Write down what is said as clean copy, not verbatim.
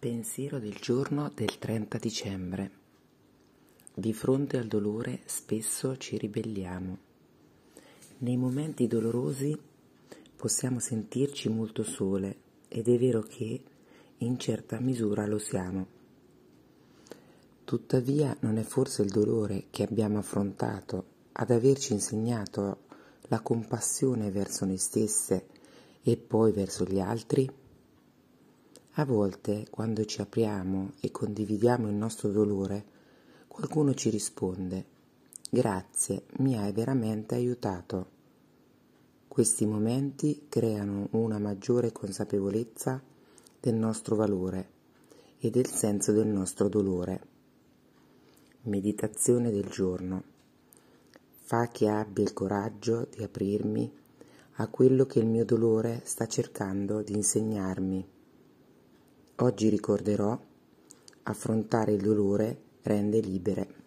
Pensiero del giorno del 30 dicembre. Di fronte al dolore spesso ci ribelliamo. Nei momenti dolorosi possiamo sentirci molto sole ed è vero che in certa misura lo siamo. Tuttavia non è forse il dolore che abbiamo affrontato ad averci insegnato la compassione verso noi stesse e poi verso gli altri? A volte, quando ci apriamo e condividiamo il nostro dolore, qualcuno ci risponde: «Grazie, mi hai veramente aiutato». Questi momenti creano una maggiore consapevolezza del nostro valore e del senso del nostro dolore. Meditazione del giorno. Fa che abbia il coraggio di aprirmi a quello che il mio dolore sta cercando di insegnarmi. Oggi ricorderò: affrontare il dolore rende libere.